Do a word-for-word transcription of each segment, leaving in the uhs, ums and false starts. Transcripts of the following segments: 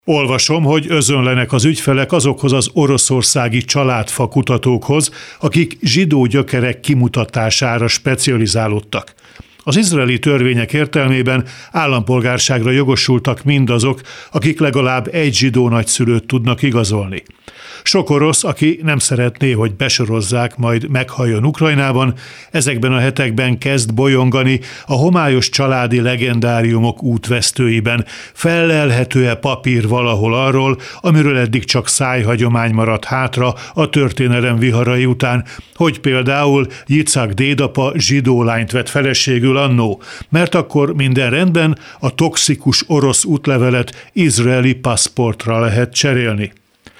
Olvasom, hogy özönlenek az ügyfelek azokhoz az oroszországi családfa kutatókhoz, akik zsidó gyökerek kimutatására specializálódtak. Az izraeli törvények értelmében állampolgárságra jogosultak mindazok, akik legalább egy zsidó nagyszülőt tudnak igazolni. Sok orosz, aki nem szeretné, hogy besorozzák, majd meghalljon Ukrajnában, ezekben a hetekben kezd bolyongani a homályos családi legendáriumok útvesztőiben, fellelhető-e papír valahol arról, amiről eddig csak szájhagyomány maradt hátra a történelem viharai után, hogy például Jicak dédapa zsidó lányt vett feleségül annó, mert akkor minden rendben, a toxikus orosz útlevelet izraeli paszportra lehet cserélni.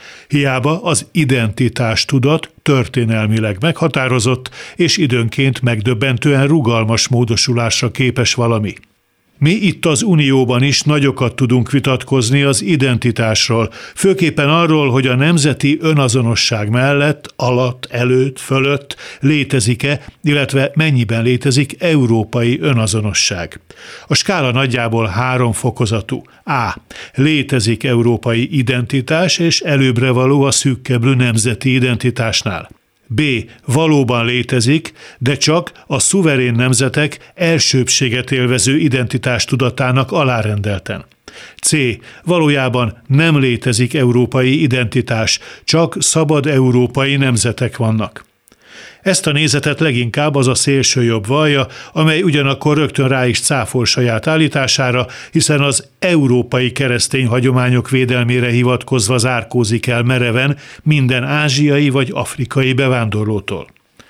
Hiába az identitástudat történelmileg meghatározott, és időnként megdöbbentően rugalmas módosulásra képes valami. Mi itt az Unióban is nagyokat tudunk vitatkozni az identitásról, főképpen arról, hogy a nemzeti önazonosság mellett, alatt, előtt, fölött létezik-e, illetve mennyiben létezik európai önazonosság. A skála nagyjából három fokozatú. A. Létezik európai identitás, és előbbre való a szűkkeblű nemzeti identitásnál. B. Valóban létezik, de csak a szuverén nemzetek elsőbbséget élvező identitástudatának alárendelten. C. Valójában nem létezik európai identitás, csak szabad európai nemzetek vannak. Ezt a nézetet leginkább az a szélsőjobb vallja, amely ugyanakkor rögtön rá is cáfol saját állítására, hiszen az európai keresztény hagyományok védelmére hivatkozva zárkózik el mereven minden ázsiai vagy afrikai bevándorlótól.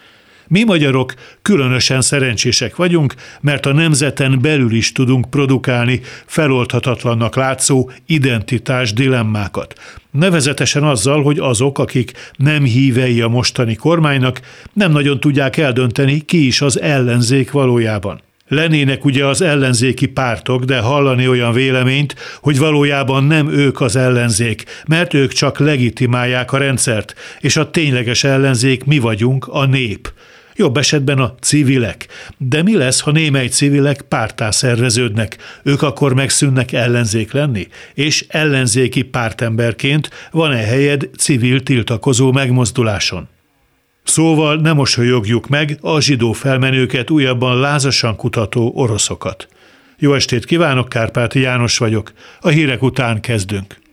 Mi magyarok különösen szerencsések vagyunk, mert a nemzeten belül is tudunk produkálni feloldhatatlannak látszó identitás dilemmákat. Nevezetesen azzal, hogy azok, akik nem hívei a mostani kormánynak, nem nagyon tudják eldönteni, ki is az ellenzék valójában. Lennének ugye az ellenzéki pártok, de hallani olyan véleményt, hogy valójában nem ők az ellenzék, mert ők csak legitimálják a rendszert, és a tényleges ellenzék mi vagyunk, a nép. Jobb esetben a civilek. De mi lesz, ha némely civilek párttá szerveződnek? Ők akkor megszűnnek ellenzék lenni? És ellenzéki pártemberként van-e helyed civil tiltakozó megmozduláson? Szóval ne mosolyogjuk meg a zsidó felmenőket újabban lázasan kutató oroszokat. Jó estét kívánok, Kárpáti János vagyok. A hírek után kezdünk.